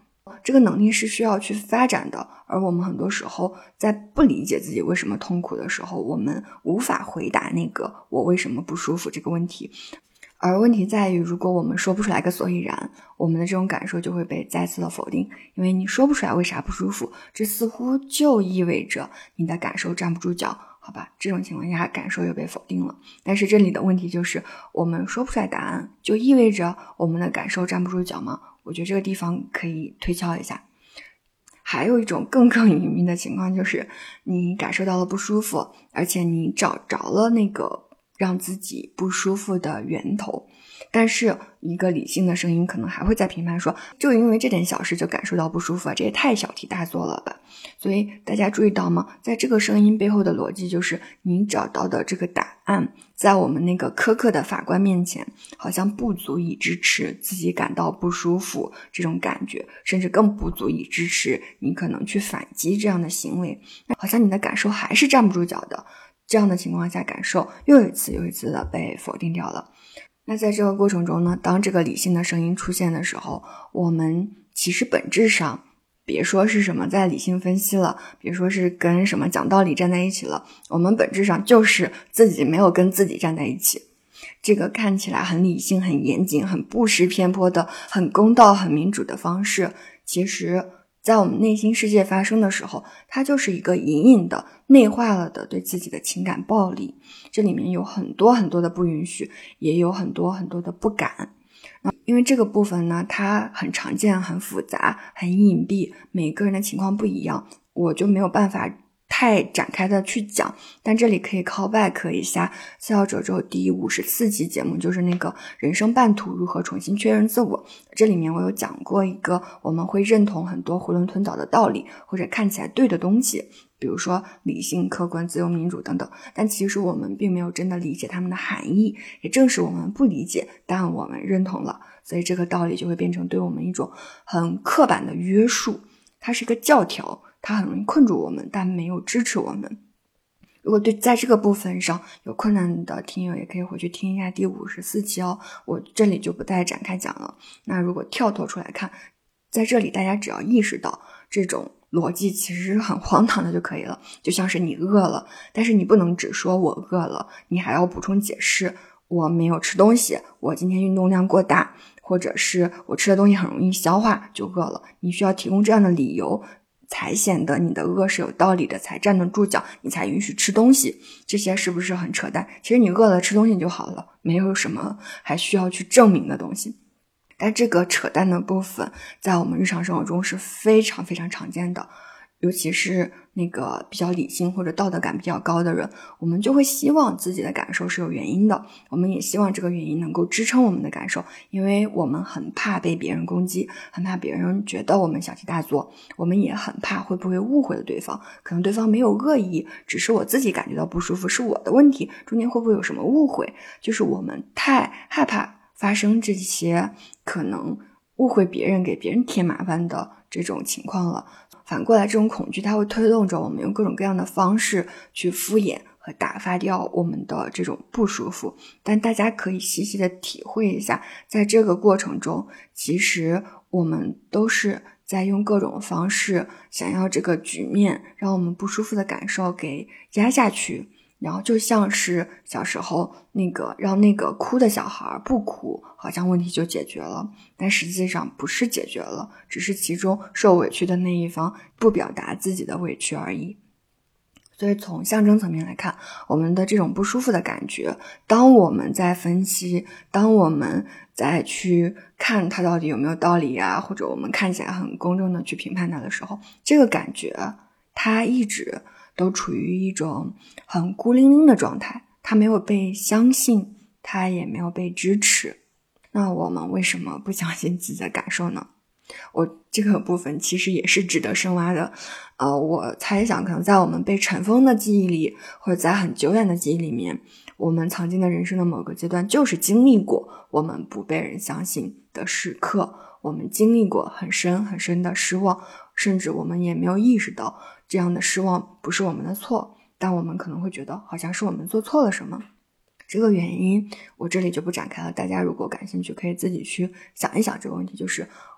这个能力是需要去发展的，而我们很多时候在不理解自己为什么痛苦的时候，我们无法回答那个我为什么不舒服这个问题。而问题在于，如果我们说不出来个所以然，我们的这种感受就会被再次的否定，因为你说不出来为啥不舒服，这似乎就意味着你的感受站不住脚，好吧，这种情况下感受又被否定了。但是这里的问题就是我们说不出来答案，就意味着我们的感受站不住脚吗？我觉得这个地方可以推敲一下。还有一种更隐秘的情况，就是你感受到了不舒服，而且你找着了那个让自己不舒服的源头，但是一个理性的声音可能还会在评判说，就因为这点小事就感受到不舒服这也太小题大做了吧。所以大家注意到吗？在这个声音背后的逻辑就是你找到的这个答案，在我们那个苛刻的法官面前好像不足以支持自己感到不舒服这种感觉，甚至更不足以支持你可能去反击这样的行为，好像你的感受还是站不住脚的。这样的情况下，感受又一次的被否定掉了。那在这个过程中呢，当这个理性的声音出现的时候，我们其实本质上别说是什么在理性分析了，别说是跟什么讲道理站在一起了，我们本质上就是自己没有跟自己站在一起。这个看起来很理性、很严谨、很不失偏颇的、很公道、很民主的方式，其实在我们内心世界发生的时候，它就是一个隐隐的内化了的对自己的情感暴力。这里面有很多的不允许，也有很多的不敢。因为这个部分呢，它很常见、很复杂、很隐蔽，每个人的情况不一样，我就没有办法太展开的去讲，但这里可以 call back 一下次要褶皱第54期节目，就是那个人生半途如何重新确认自我。这里面我有讲过一个我们会认同很多囫囵吞枣的道理，或者看起来对的东西，比如说理性、客观、自由、民主等等，但其实我们并没有真的理解它们的含义，也正是我们不理解，但我们认同了，所以这个道理就会变成对我们一种很刻板的约束，它是一个教条，它很容易困住我们，但没有支持我们。如果在这个部分上有困难的听友，也可以回去听一下第54期哦，我这里就不再展开讲了。那如果跳脱出来看，在这里大家只要意识到这种逻辑其实很荒唐的就可以了，就像是你饿了，但是你不能只说我饿了，你还要补充解释我没有吃东西，我今天运动量过大，或者是我吃的东西很容易消化就饿了，你需要提供这样的理由，才显得你的饿是有道理的，才站得住脚，你才允许吃东西。这些是不是很扯淡？其实你饿了吃东西就好了，没有什么还需要去证明的东西。但这个扯淡的部分在我们日常生活中是非常常见的，尤其是那个比较理性或者道德感比较高的人，我们就会希望自己的感受是有原因的，我们也希望这个原因能够支撑我们的感受，因为我们很怕被别人攻击，很怕别人觉得我们小题大做，我们也很怕会不会误会了对方，可能对方没有恶意，只是我自己感觉到不舒服，是我的问题，中间会不会有什么误会，就是我们太害怕发生这些可能误会别人给别人添麻烦的这种情况了。反过来这种恐惧它会推动着我们用各种各样的方式去敷衍和打发掉我们的这种不舒服，但大家可以细细的体会一下，在这个过程中其实我们都是在用各种方式想要这个局面让我们不舒服的感受给压下去，然后就像是小时候让那个哭的小孩不哭，好像问题就解决了，但实际上不是解决了，只是其中受委屈的那一方不表达自己的委屈而已。所以从象征层面来看，我们的这种不舒服的感觉，当我们在分析，当我们在去看它到底有没有道理啊，或者我们看起来很公正的去评判它的时候，这个感觉它一直都处于一种很孤零零的状态，它没有被相信，它也没有被支持。那我们为什么不相信自己的感受呢？我这个部分其实也是值得深挖的。我猜想可能在我们被尘封的记忆里，或者在很久远的记忆里面，我们曾经的人生的某个阶段就是经历过我们不被人相信的时刻，我们经历过很深的失望，甚至我们也没有意识到这样的失望不是我们的错，但我们可能会觉得好像是我们做错了什么。这个原因我这里就不展开了，大家如果感兴趣可以自己去想一想这个问题，就是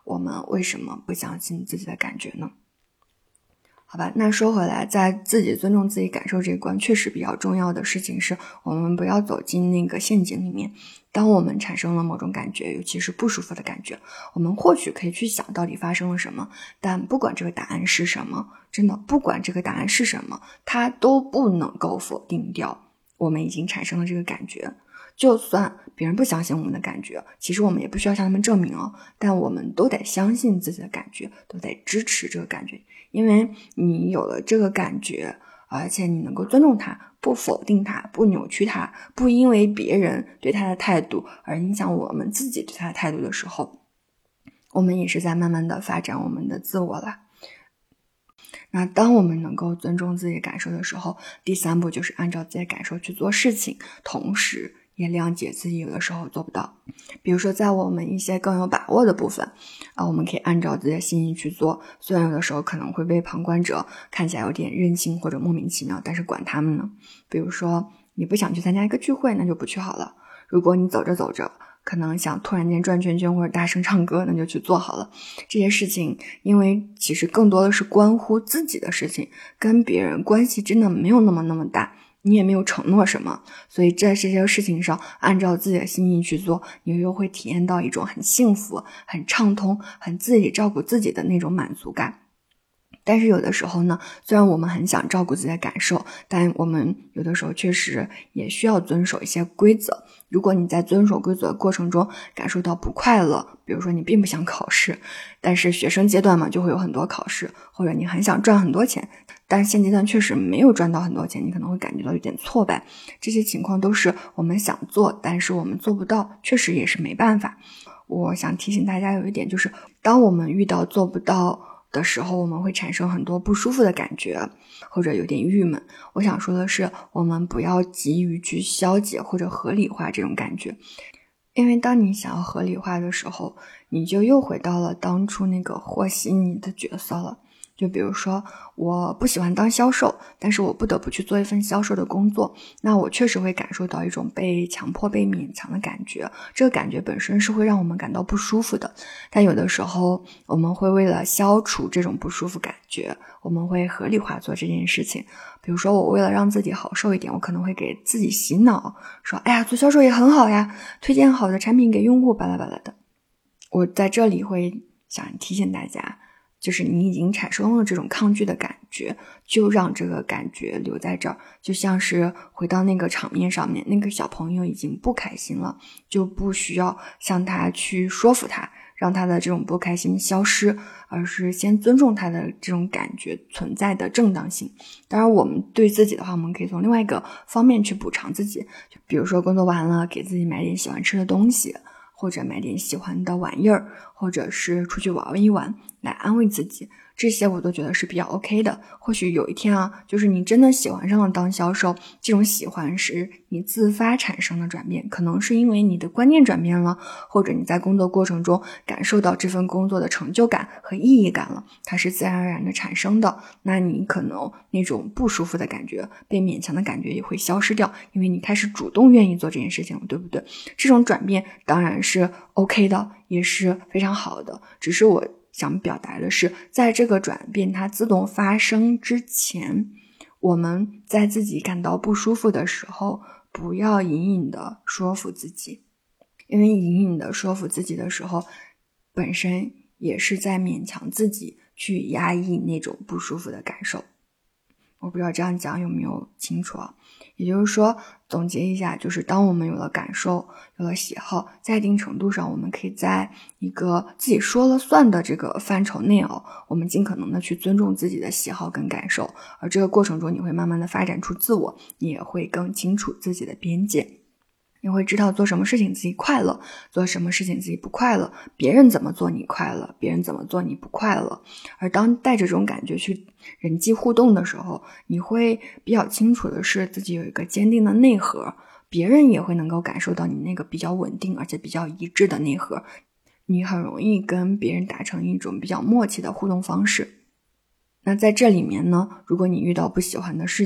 我们为什么不相信自己的感觉呢？好吧，那说回来，在自己尊重自己感受这一关，确实比较重要的事情是我们不要走进那个陷阱里面。当我们产生了某种感觉，尤其是不舒服的感觉，我们或许可以去想到底发生了什么，但不管这个答案是什么，真的不管这个答案是什么，它都不能够否定掉我们已经产生了这个感觉。就算别人不相信我们的感觉，其实我们也不需要向他们证明哦，但我们都得相信自己的感觉，都得支持这个感觉，因为你有了这个感觉，而且你能够尊重它，不否定它，不扭曲它，不因为别人对它的态度而影响我们自己对它的态度的时候，我们也是在慢慢的发展我们的自我了。那当我们能够尊重自己的感受的时候，第3步就是按照自己的感受去做事情，同时也谅解自己有的时候做不到。比如说在我们一些更有把握的部分我们可以按照自己的心意去做，虽然有的时候可能会被旁观者看起来有点任性或者莫名其妙，但是管他们呢。比如说你不想去参加一个聚会，那就不去好了。如果你走着走着可能想突然间转圈圈或者大声唱歌，那就去做好了。这些事情因为其实更多的是关乎自己的事情，跟别人关系真的没有那么大，你也没有承诺什么，所以在这些事情上按照自己的心意去做，你又会体验到一种很幸福、很畅通、很自己照顾自己的那种满足感。但是有的时候呢，虽然我们很想照顾自己的感受，但我们有的时候确实也需要遵守一些规则。如果你在遵守规则的过程中感受到不快乐，比如说你并不想考试，但是学生阶段嘛就会有很多考试，或者你很想赚很多钱，但是现阶段确实没有赚到很多钱，你可能会感觉到有点挫败。这些情况都是我们想做，但是我们做不到，确实也是没办法。我想提醒大家有一点，就是当我们遇到做不到的时候，我们会产生很多不舒服的感觉，或者有点郁闷。我想说的是，我们不要急于去消解或者合理化这种感觉，因为当你想要合理化的时候，你就又回到了当初那个和稀泥的角色了。就比如说我不喜欢当销售，但是我不得不去做一份销售的工作，那我确实会感受到一种被强迫被勉强的感觉，这个感觉本身是会让我们感到不舒服的。但有的时候我们会为了消除这种不舒服感觉，我们会合理化做这件事情。比如说我为了让自己好受一点，我可能会给自己洗脑，说哎呀做销售也很好呀，推荐好的产品给用户巴拉巴拉的。我在这里会想提醒大家，就是你已经产生了这种抗拒的感觉，就让这个感觉留在这儿，就像是回到那个场面上面，那个小朋友已经不开心了，就不需要向他去说服他，让他的这种不开心消失，而是先尊重他的这种感觉存在的正当性。当然我们对自己的话，我们可以从另外一个方面去补偿自己，就比如说工作完了给自己买点喜欢吃的东西，或者买点喜欢的玩意儿，或者是出去玩一玩来安慰自己，这些我都觉得是比较 OK 的。或许有一天就是你真的喜欢上了当销售，这种喜欢是你自发产生的转变，可能是因为你的观念转变了，或者你在工作过程中感受到这份工作的成就感和意义感了，它是自然而然的产生的。那你可能那种不舒服的感觉，被勉强的感觉也会消失掉，因为你开始主动愿意做这件事情了，对不对？这种转变当然是 OK 的，也是非常好的，只是我想表达的是，在这个转变它自动发生之前，我们在自己感到不舒服的时候，不要隐隐的说服自己，因为隐隐的说服自己的时候，本身也是在勉强自己去压抑那种不舒服的感受。我不知道这样讲有没有清楚也就是说，总结一下，就是当我们有了感受，有了喜好，在一定程度上我们可以在一个自己说了算的这个范畴内我们尽可能的去尊重自己的喜好跟感受，而这个过程中你会慢慢的发展出自我，你也会更清楚自己的边界，你会知道做什么事情自己快乐，做什么事情自己不快乐，别人怎么做你快乐，别人怎么做你不快乐。而当带着这种感觉去人际互动的时候，你会比较清楚的是自己有一个坚定的内核，别人也会能够感受到你那个比较稳定而且比较一致的内核，你很容易跟别人达成一种比较默契的互动方式。那在这里面呢，如果你遇到不喜欢的事情，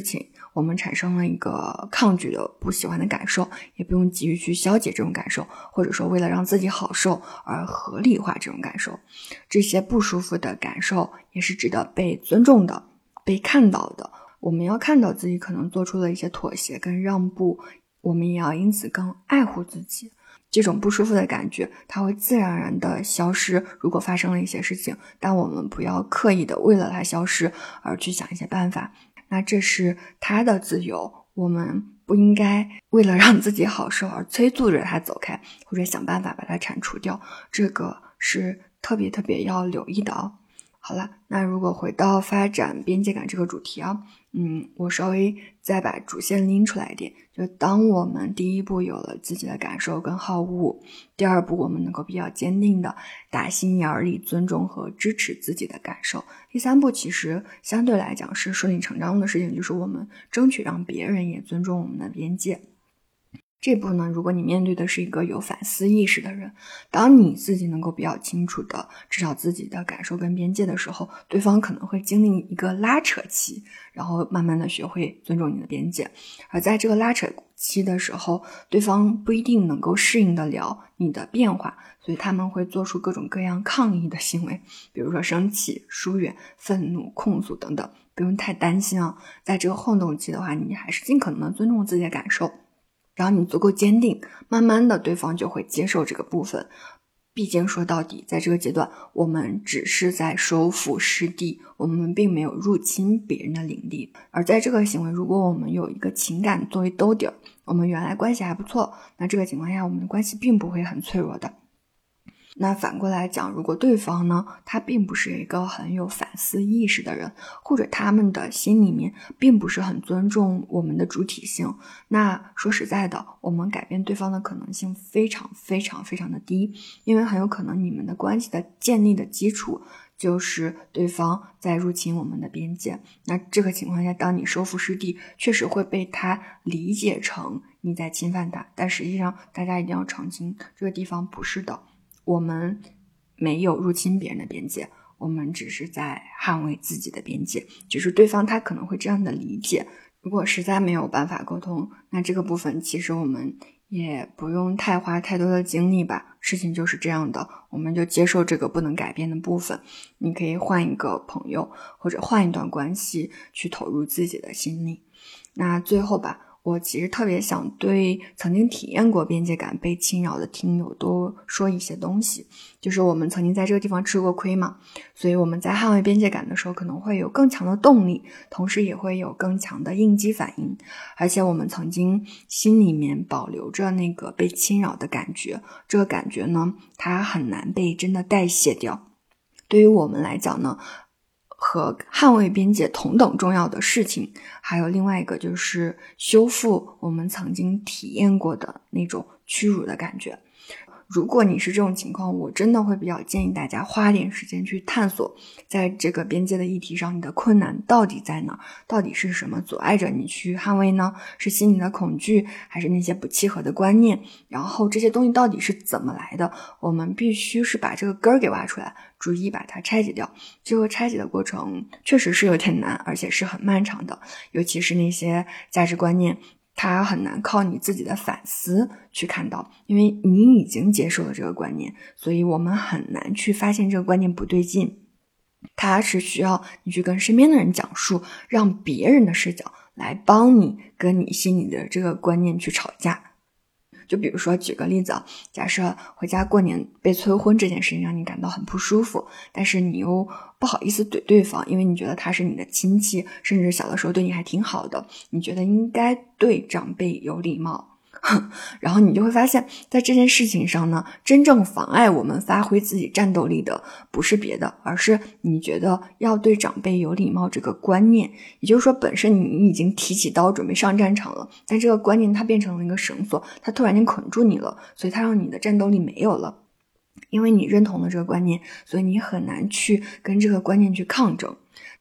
我们产生了一个抗拒的不喜欢的感受，也不用急于去消解这种感受，或者说为了让自己好受而合理化这种感受。这些不舒服的感受也是值得被尊重的，被看到的。我们要看到自己可能做出了一些妥协跟让步，我们也要因此更爱护自己。这种不舒服的感觉它会自然而然的消失，如果发生了一些事情，但我们不要刻意的为了它消失而去想一些办法，那这是它的自由，我们不应该为了让自己好受而催促着它走开，或者想办法把它铲除掉，这个是特别要留意的哦。好了，那如果回到发展边界感这个主题啊，我稍微再把主线拎出来一点，就当我们第一步有了自己的感受跟好恶，第二步我们能够比较坚定的打心眼里尊重和支持自己的感受，第三步其实相对来讲是顺理成章的事情，就是我们争取让别人也尊重我们的边界。这步呢，如果你面对的是一个有反思意识的人，当你自己能够比较清楚的知道自己的感受跟边界的时候，对方可能会经历一个拉扯期，然后慢慢的学会尊重你的边界。而在这个拉扯期的时候，对方不一定能够适应得了你的变化，所以他们会做出各种各样抗议的行为，比如说生气、疏远、愤怒、控诉等等。不用太担心啊，在这个后动期的话，你还是尽可能的尊重自己的感受，然后你足够坚定，慢慢的对方就会接受这个部分。毕竟说到底，在这个阶段我们只是在收复失地，我们并没有入侵别人的领地。而在这个行为，如果我们有一个情感作为兜底儿，我们原来关系还不错，那这个情况下我们的关系并不会很脆弱的。那反过来讲，如果对方呢，他并不是一个很有反思意识的人，或者他们的心里面并不是很尊重我们的主体性，那说实在的，我们改变对方的可能性非常的低，因为很有可能你们的关系的建立的基础就是对方在入侵我们的边界。那这个情况下，当你收复失地，确实会被他理解成你在侵犯他，但实际上大家一定要澄清，这个地方不是的，我们没有入侵别人的边界，我们只是在捍卫自己的边界，只是对方他可能会这样的理解。如果实在没有办法沟通，那这个部分其实我们也不用花太多的精力吧，事情就是这样的，我们就接受这个不能改变的部分。你可以换一个朋友，或者换一段关系去投入自己的心力。那最后吧，我其实特别想对曾经体验过边界感被侵扰的听友多说一些东西，就是我们曾经在这个地方吃过亏嘛，所以我们在捍卫边界感的时候可能会有更强的动力，同时也会有更强的应激反应，而且我们曾经心里面保留着那个被侵扰的感觉，这个感觉呢，它很难被真的代谢掉。对于我们来讲呢，和捍卫边界同等重要的事情，还有另外一个就是修复我们曾经体验过的那种屈辱的感觉。如果你是这种情况，我真的会比较建议大家花点时间去探索，在这个边界的议题上，你的困难到底在哪？到底是什么阻碍着你去捍卫呢？是心里的恐惧，还是那些不契合的观念？然后这些东西到底是怎么来的？我们必须是把这个根儿给挖出来，逐一把它拆解掉。这个拆解的过程确实是有点难，而且是很漫长的，尤其是那些价值观念，它很难靠你自己的反思去看到，因为你已经接受了这个观念，所以我们很难去发现这个观念不对劲。它是需要你去跟身边的人讲述，让别人的视角来帮你跟你心里的这个观念去吵架。就比如说举个例子啊，假设回家过年被催婚这件事情让你感到很不舒服，但是你又不好意思怼对方，因为你觉得他是你的亲戚，甚至小的时候对你还挺好的，你觉得应该对长辈有礼貌。然后你就会发现在这件事情上呢，真正妨碍我们发挥自己战斗力的不是别的，而是你觉得要对长辈有礼貌这个观念。也就是说本身你已经提起刀准备上战场了，但这个观念它变成了一个绳索，它突然间捆住你了，所以它让你的战斗力没有了。因为你认同了这个观念，所以你很难去跟这个观念去抗争。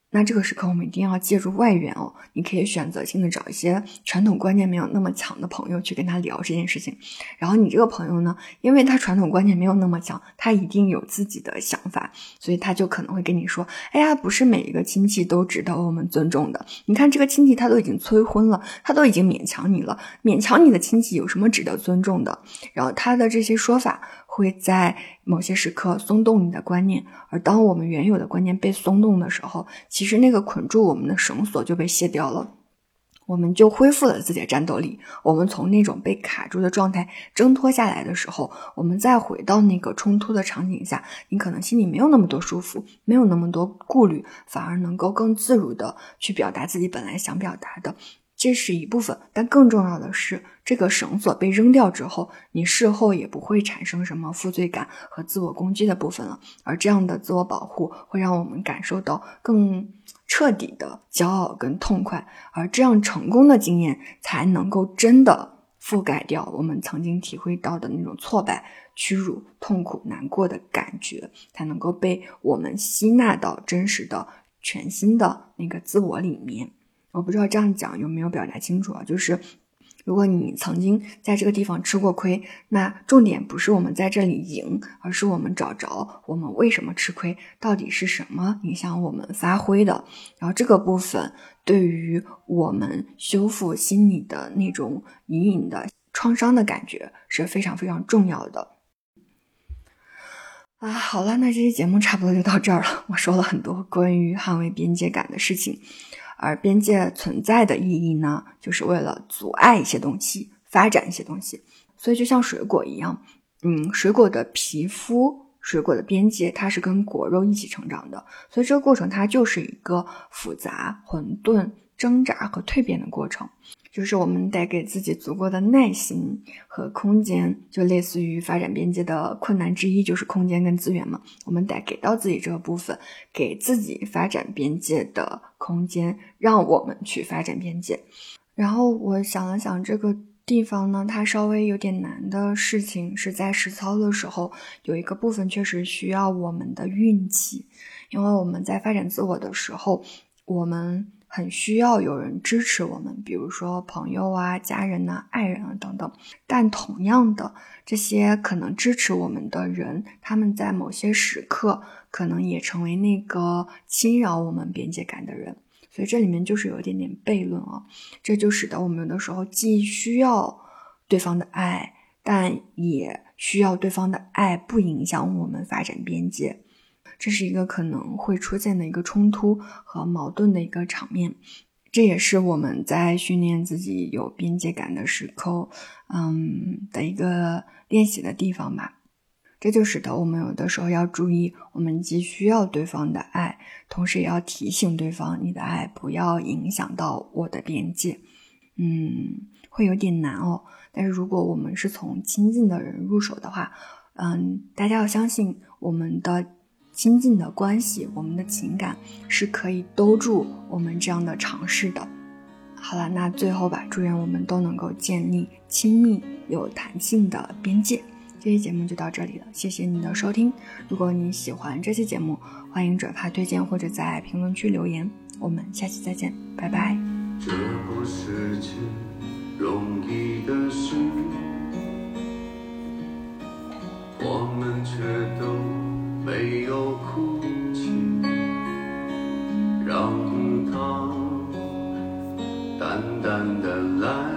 那这个时刻我们一定要借助外援哦，你可以选择性的找一些传统观念没有那么强的朋友去跟他聊这件事情。然后你这个朋友呢，因为他传统观念没有那么强，他一定有自己的想法，所以他就可能会跟你说，哎呀，不是每一个亲戚都值得我们尊重的。你看这个亲戚他都已经催婚了，他都已经勉强你了，勉强你的亲戚有什么值得尊重的？然后他的这些说法会在某些时刻松动你的观念，而当我们原有的观念被松动的时候，其实那个捆住我们的绳索就被卸掉了，我们就恢复了自己的战斗力。我们从那种被卡住的状态挣脱下来的时候，我们再回到那个冲突的场景下，你可能心里没有那么多束缚，没有那么多顾虑，反而能够更自如的去表达自己本来想表达的。这是一部分，但更重要的是，这个绳索被扔掉之后，你事后也不会产生什么负罪感和自我攻击的部分了，而这样的自我保护会让我们感受到更彻底的骄傲跟痛快，而这样成功的经验才能够真的覆盖掉我们曾经体会到的那种挫败、屈辱、痛苦、难过的感觉，才能够被我们吸纳到真实的全新的那个自我里面。我不知道这样讲有没有表达清楚啊？就是如果你曾经在这个地方吃过亏，那重点不是我们在这里赢，而是我们找着我们为什么吃亏，到底是什么影响我们发挥的。然后这个部分对于我们修复心理的那种隐隐的创伤的感觉是非常非常重要的。好了，那这期节目差不多就到这儿了。我说了很多关于捍卫边界感的事情。而边界存在的意义呢，就是为了阻碍一些东西，发展一些东西。所以就像水果一样，水果的皮肤、水果的边界，它是跟果肉一起成长的，所以这个过程它就是一个复杂、混沌、挣扎和蜕变的过程。就是我们得给自己足够的耐心和空间，就类似于发展边界的困难之一就是空间跟资源嘛，我们得给到自己这个部分，给自己发展边界的空间，让我们去发展边界。然后我想了想，这个地方呢，它稍微有点难的事情是在实操的时候，有一个部分确实需要我们的运气，因为我们在发展自我的时候，我们很需要有人支持我们，比如说朋友啊、家人啊、爱人啊等等。但同样的，这些可能支持我们的人，他们在某些时刻可能也成为那个侵扰我们边界感的人。所以这里面就是有一点点悖论啊，这就使得我们有的时候既需要对方的爱，但也需要对方的爱不影响我们发展边界。这是一个可能会出现的一个冲突和矛盾的一个场面，这也是我们在训练自己有边界感的时刻的一个练习的地方吧。这就使得我们有的时候要注意，我们既需要对方的爱，同时也要提醒对方，你的爱不要影响到我的边界。会有点难哦，但是如果我们是从亲近的人入手的话，大家要相信我们的亲近的关系，我们的情感是可以兜住我们这样的尝试的。好了，那最后吧，祝愿我们都能够建立亲密有弹性的边界。这期节目就到这里了，谢谢你的收听。如果你喜欢这期节目，欢迎转发推荐或者在评论区留言。我们下期再见，拜拜。 这不是件容易的事，我们却都没有哭泣，让它淡淡的来，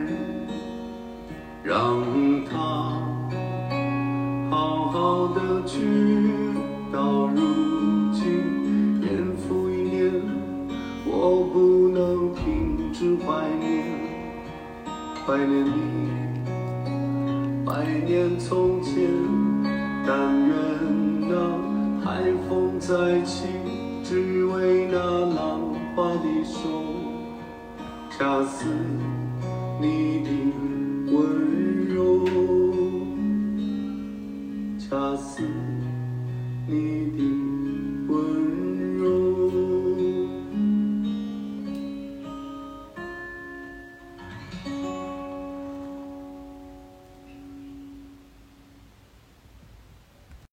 让它好好的去，到如今年复一年，我不能停止怀念，怀念你，怀念从前。但愿那海风再起，只为那浪花的手，恰似